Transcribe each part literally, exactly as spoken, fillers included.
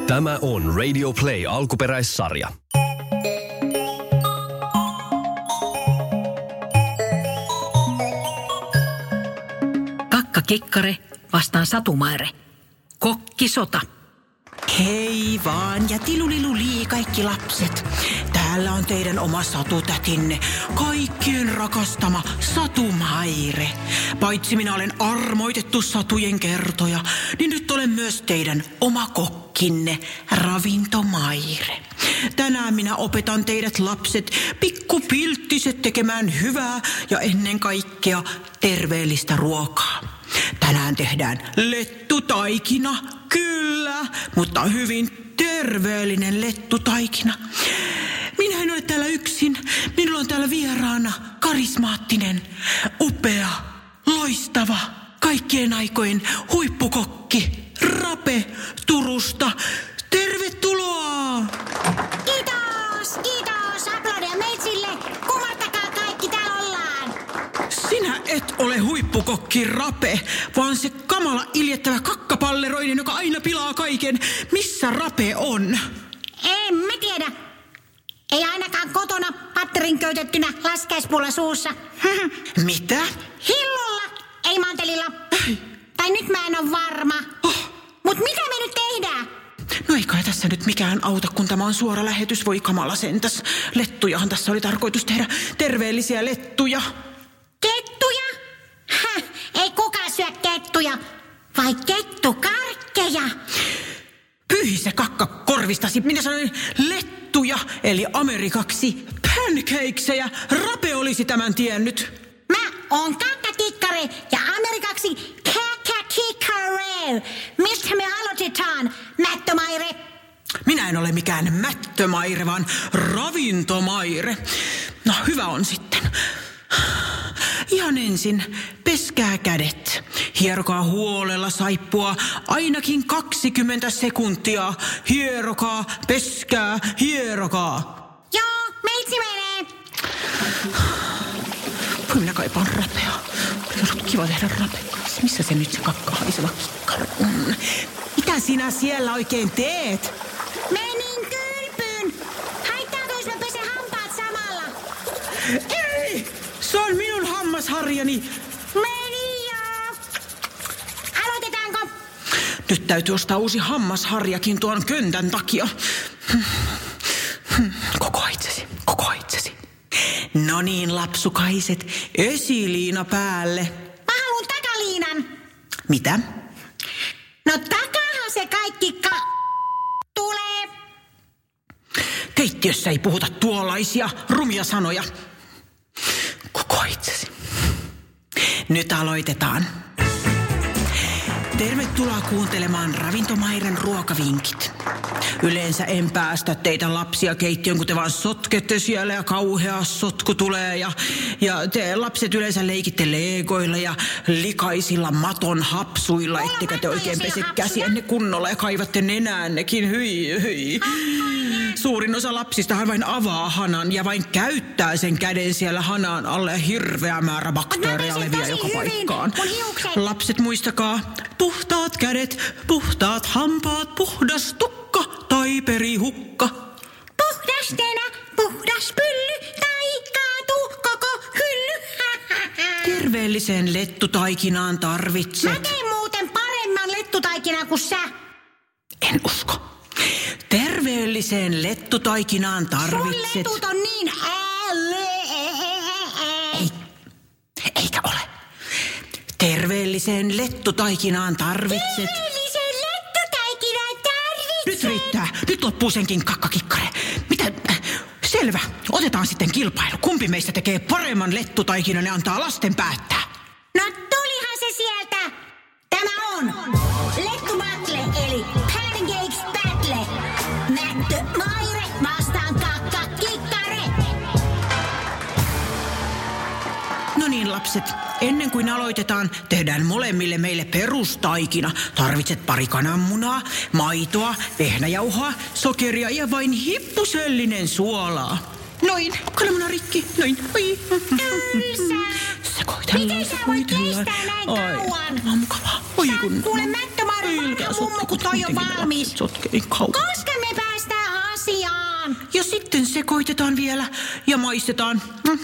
Tämä on Radio Play alkuperäissarja. Kakka-kikkare vastaan Satumaire. Kokkisota. Hei vaan ja tilulilulii kaikki lapset. Täällä on teidän oma satutätinne, kaikkien rakastama Satumaire. Paitsi minä olen armoitettu satujen kertoja, niin nyt olen myös teidän oma kokkinne, Ravintomaire. Tänään minä opetan teidät lapset, pikkupilttiset, tekemään hyvää ja ennen kaikkea terveellistä ruokaa. Tänään tehdään lettutaikina, kyllä, mutta hyvin terveellinen lettutaikina. Minä en ole täällä yksin. Minulla on täällä vieraana karismaattinen, upea, loistava, kaikkien aikojen huippukokki Rape Turusta. Tervetuloa! Kiitos, kiitos. Aplodeja meitsille. Kumartakaa kaikki, täällä ollaan. Sinä et ole huippukokki Rape, vaan se kamala iljettävä kakkapalleroinen, joka aina pilaa kaiken. Missä Rape on? En mä tiedä. Ei ainakaan kotona patterin köytettynä laskiaispulla suussa. Mitä? Hillolla, ei mantelilla. Tai nyt mä en ole varma. Oh. Mut mitä me nyt tehdään? No ei kai tässä nyt mikään auta, kun tämä on suora lähetys. Voi kamala sentäs. Lettujahan tässä oli tarkoitus tehdä. Terveellisiä lettuja. Kettuja? Häh, ei kukaan syö kettuja. Vai kettukarkkeja? Pyhi se kakka korvistasi. Minä sanoin lettuja, eli amerikaksi pancakeseja. Rape olisi tämän tiennyt. Mä oon kakkakikkare ja amerikaksi kakkakikkare. Mistä me aloitetaan, Mättömaire? Minä en ole mikään Mättömaire, vaan Ravintomaire. No hyvä on sitten. Ihan ensin peskää kädet. Hierokaa huolella saippua ainakin kaksikymmentä sekuntia. Hierokaa, peskää, hierokaa. Joo, meitsi menee. Voi minä kaipaan Rapea. Olisi ollut kiva tehdä Rapen kanssa. Missä se nyt se kakka haiseva kikkara on? Mitä sinä siellä oikein teet? Menin kylpyyn. Haittaako, jos mä pesen hampaat samalla? Ei! Se on minun hammasharjani. Meni joo. Aloitetaanko? Nyt täytyy ostaa uusi hammasharjakin tuon köntän takia. Koko itsesi, koko itsesi. No niin, lapsukaiset, esiliina päälle. Mä haluun takaliinan. Mitä? No takahan se kaikki ka... tulee. Keittiössä ei puhuta tuollaisia rumia sanoja. Koko itsesi. Nyt aloitetaan. Tervetuloa kuuntelemaan Ravintomairen ruokavinkit. Yleensä en päästä teitä lapsia keittiön, kun te vaan sotkette siellä ja kauhea sotku tulee. Ja, ja te lapset yleensä leikitte legoilla ja likaisilla maton hapsuilla, ettekä te oikein pese käsiänne kunnolla ja kaivatte nenäännekin. Hyi, hyi. Suurin osa lapsistahan vain avaa hanan ja vain käyttää sen käden siellä hanan alle ja hirveä määrä bakteereja leviää joka paikkaan. Lapset, muistakaa, puhtaat kädet, puhtaat hampaat, puhdas tukka tai perihukka. Puhdas nenä, puhdas pylly tai kaatuu koko hylly. Terveelliseen lettutaikinaan tarvitset. Mä teen muuten paremman lettutaikinaa kuin sä. En usko. Terveelliseen lettutaikinaan tarvitset. Sun letut on niin Ei, eikä ole. Terveelliseen lettutaikinaan tarvitset. Terveellisen lettutaikinaan tarvitset. Nyt riittää. Nyt loppuu senkin kakkakikkare. Mitä? Selvä. Otetaan sitten kilpailu. Kumpi meistä tekee paremman lettutaikinan ja antaa lasten päättää? No tulihan se sieltä. Tämä on Lettu Battle eli Pancakes Battle. Mättömaire vastaan kakkakikkare. No niin, lapset. Ennen kuin aloitetaan, tehdään molemmille meille perustaikina. Tarvitset pari kananmunaa, maitoa, vehnäjauhoa, sokeria ja vain hippusellinen suolaa. Noin, kananmuna rikki, noin, oi. Tylsää. Sekoitellaan, Miten sä voit sekoitellaan. kestää näin Ai, kauan? tämä on mukavaa. Oi kun... Kuule Mättömaire. Älkää mummo, kun toi on valmis. Sotke niin kauan. Koska me päästään asiaan? Ja sitten sekoitetaan vielä ja maistetaan.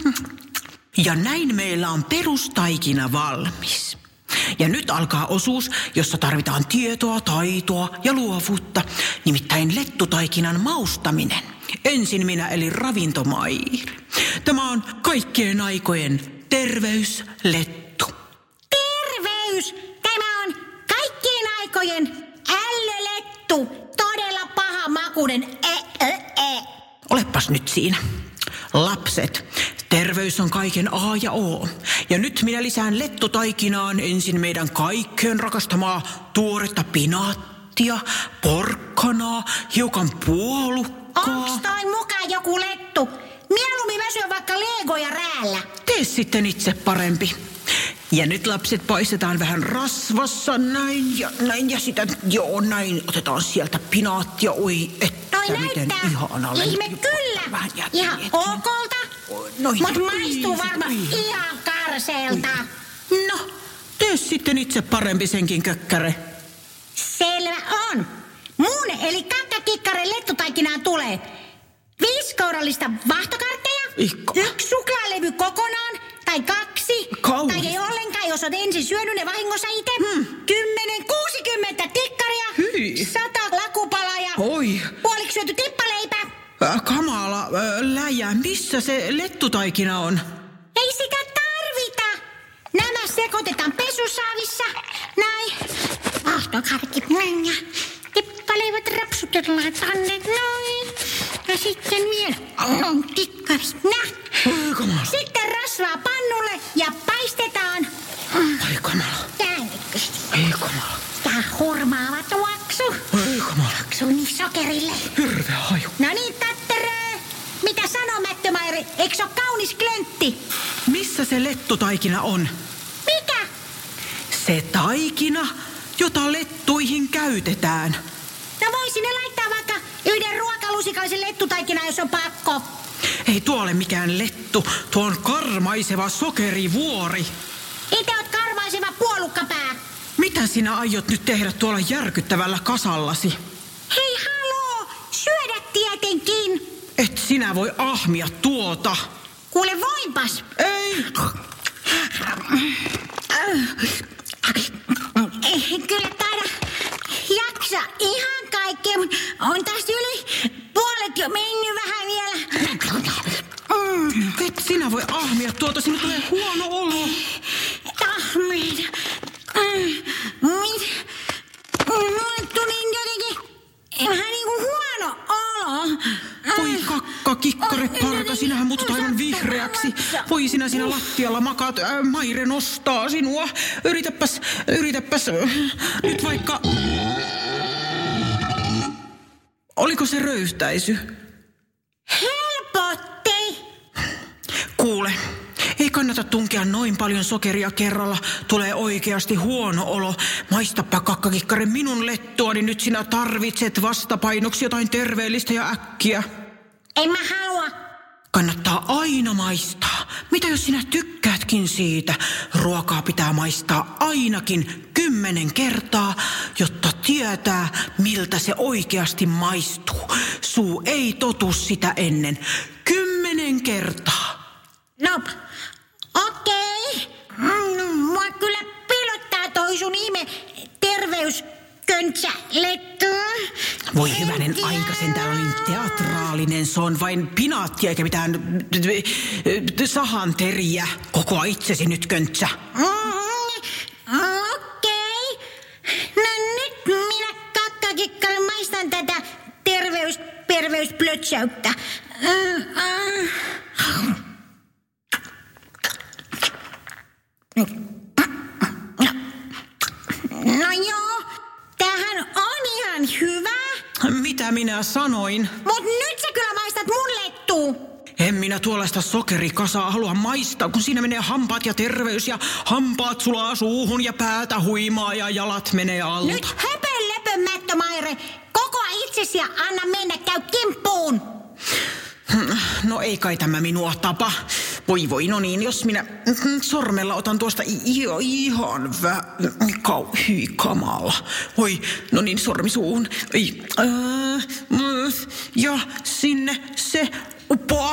Ja näin meillä on perustaikina valmis. Ja nyt alkaa osuus, jossa tarvitaan tietoa, taitoa ja luovuutta. Nimittäin lettutaikinan maustaminen. Ensin minä eli ravintomairi. Tämä on kaikkien aikojen terveyslettu. Terveys! Tämä on kaikkien aikojen ällölettu. Todella paha makuinen. E, e, e. Olepas nyt siinä. Lapset, terveys on kaiken A ja O. Ja nyt minä lisään lettutaikinaan ensin meidän kaikkeen rakastamaa tuoretta pinaattia, porkkanaa, hiukan puolukkaa. Onks toi mukaan joku lettu? Mieluummin mä syön vaikka legoja räällä. Tee sitten itse parempi. Ja nyt lapset paistetaan vähän rasvassa, näin ja näin ja sitä, joo näin. Otetaan sieltä pinaattia, oi että Toi miten näyttää ihanalle. ihme kyllä. Vähän Ihan okolta, no, mut maistuu varmaan ihan karseelta. No, tee sitten itse parempi senkin kökkäre. Selvä on. Mun eli kakkakikkaren lettutaikinaan tulee viisi kourallista vahtokartteja, Ikka. yksi suklaalevy kokonaan, tai kaksi, Kaunis. tai ei ollenkaan, jos olet ensin syönyt ne vahingossa itse. Hmm. Kymmenen, kuusikymmentä tikkaria, Hyi. sata lakupalaa ja Oi. puoliksi syöty tippaleipä. Äh, kamala, äh, läjä, missä se lettutaikina on? Ei sitä tarvita. Nämä sekoitetaan pesusaavissa. Näin. Vahtokarkit näin ja tippaleivät rapsutellaan tänne noin. Ja sitten vielä on tikkarit. Nää. Oi kamala. Sitten rasvaa pannulle ja paistetaan. Ai kamala. Tää nyt. Ei kamala. Tää hurmaava tuoksu. Ei kamala. Tuoksuni sokerille. Hirveä haju. No niin, tattere. Mitä sanoo, Mättömairi? Eikö se ole kaunis klöntti? Missä se lettutaikina on? Mikä? Se taikina, jota lettuihin käytetään. No voisin ne laittaa vaikka yhden ruokalusikallisen lettutaikinaan, jos on pakko. Ei tuo ole mikään lettu, tuo on karmaiseva sokerivuori. Itse oot karmaiseva puolukkapää. Mitä sinä aiot nyt tehdä tuolla järkyttävällä kasallasi? Hei haloo, syödä tietenkin. Et sinä voi ahmia tuota. Kuule voipas. Ei. Ei kyllä taida jaksa ihan kaikkea, mutta on tästä yli puolet jo mennyt vähän vielä. Mm. Et sinä voi ahmia tuota, sinne tulee huono olo. Tahmeita. Mit? Mulle tuli jotenkin vähän niinku huono olo. Voi kakka, kikkare, parka, sinähän muutut aivan vihreäksi. Voi sinä siinä lattialla makaat, äh, Maire nostaa sinua. Yritäpäs, yritäpäs, äh, nyt vaikka... Oliko se röyhtäisy? Helpotti. Kuule, ei kannata tunkea noin paljon sokeria kerralla. Tulee oikeasti huono olo. Maistapa kakkakikkare minun lettuani, nyt sinä tarvitset vastapainoksi jotain terveellistä ja äkkiä. En mä halua. Kannattaa aina maistaa. Mitä jos sinä tykkäätkin siitä? Ruokaa pitää maistaa ainakin kymmenen kertaa, jotta tietää, miltä se oikeasti maistuu. Suu ei totu sitä ennen. Kymmenen kertaa. No, okei. Mm, mua kyllä pilottaa toi sun ihme terveysköntsä-lettu. Voi hyvänen aika, sen täällä oli teatraalinen. Se on vain pinaatti eikä mitään sahanteriä. Kokoa itsesi nyt, köntsä. Mm, okei. No nyt minä kakkakikkale maistan tätä terveys, terveysplötsäyttä. Mm, mm. No joo, tämähän on ihan hyvä. Mitä minä sanoin? Mut nyt sä kyllä maistat mun lettuun. En minä tuollaista sokerikasaa halua maistaa, kun siinä menee hampaat ja terveys ja hampaat sulaa suuhun ja päätä huimaa ja jalat menee alta. Nyt höpön löpön, Mättömaire. Kokoa itsesi ja anna mennä, käy kimppuun. No ei kai tämä minua tapa. Voi voi, no niin, jos minä sormella otan tuosta ihan, ihan vä... Kauhyi kamala. Voi, no niin, sormi suuhun. Ei, äh, ja sinne se uppoaa.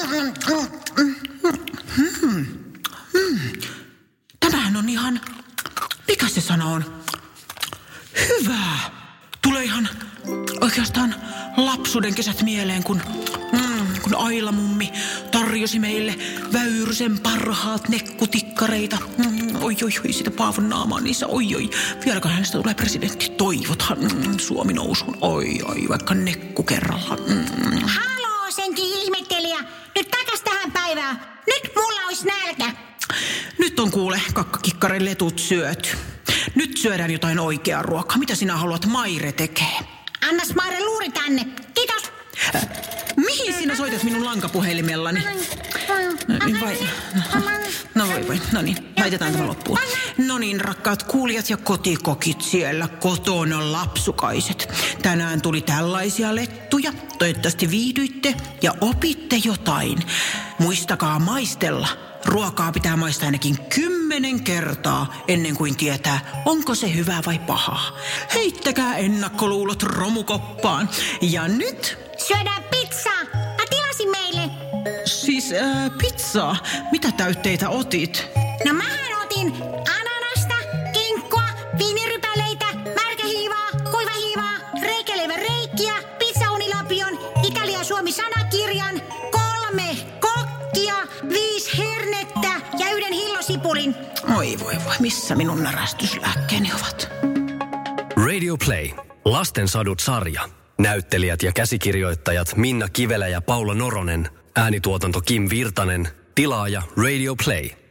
Hmm. Hmm. Tämähän on ihan... Mikä se sana on? Hyvää. Tulee ihan oikeastaan lapsuuden kesät mieleen, kun, mm, kun Aila-mummi tarjosi meille Väyrysen parhaat nekkutikkareita. Mm, oi, oi, oi, sitä Paavon naamaa niissä, oi, oi. Vieläkö hänestä tulee presidentti? Toivothan mm, Suomi nousuun, oi, oi, vaikka nekku kerralla. Mm. Haloo, senkin ihmettelijä. Nyt takas tähän päivään. Nyt mulla olisi nälkä. Nyt on kuule kakkakikkarin letut syöty. Nyt syödään jotain oikeaa ruokaa. Mitä sinä haluat Maire tekee? Annas Maire luuri tänne. Kiitos. Äh, mihin sinä soitat minun lankapuhelimellani? Vai? No voi voi, no niin, laitetaan tämä loppuun. No niin, rakkaat kuulijat ja kotikokit siellä kotona lapsukaiset. Tänään tuli tällaisia lettuja. Toivottavasti viihdyitte ja opitte jotain. Muistakaa maistella. Ruokaa pitää maistaa ainakin kymmenen kertaa ennen kuin tietää, onko se hyvää vai pahaa. Heittäkää ennakkoluulot romukoppaan. Ja nyt... Syödään pizzaa. Mä tilasin meille. Siis äh, pizzaa? Mitä täytteitä otit? No mähän otin ananasta, kinkkua, viinirypäleitä, märkähiivaa, kuivahiivaa, reikäleivän reikkiä, pizzaunilapion, Italia-Suomi-sanakirjan, kolme kokkia, viisi hernettä ja yhden hillosipulin. Oi voi voi, missä minun närästyslääkkeeni ovat? Radio Play. Lasten sadut sarja. Näyttelijät ja käsikirjoittajat Minna Kivelä ja Paula Noronen. Äänituotanto Kim Virtanen. Tilaaja Radio Play.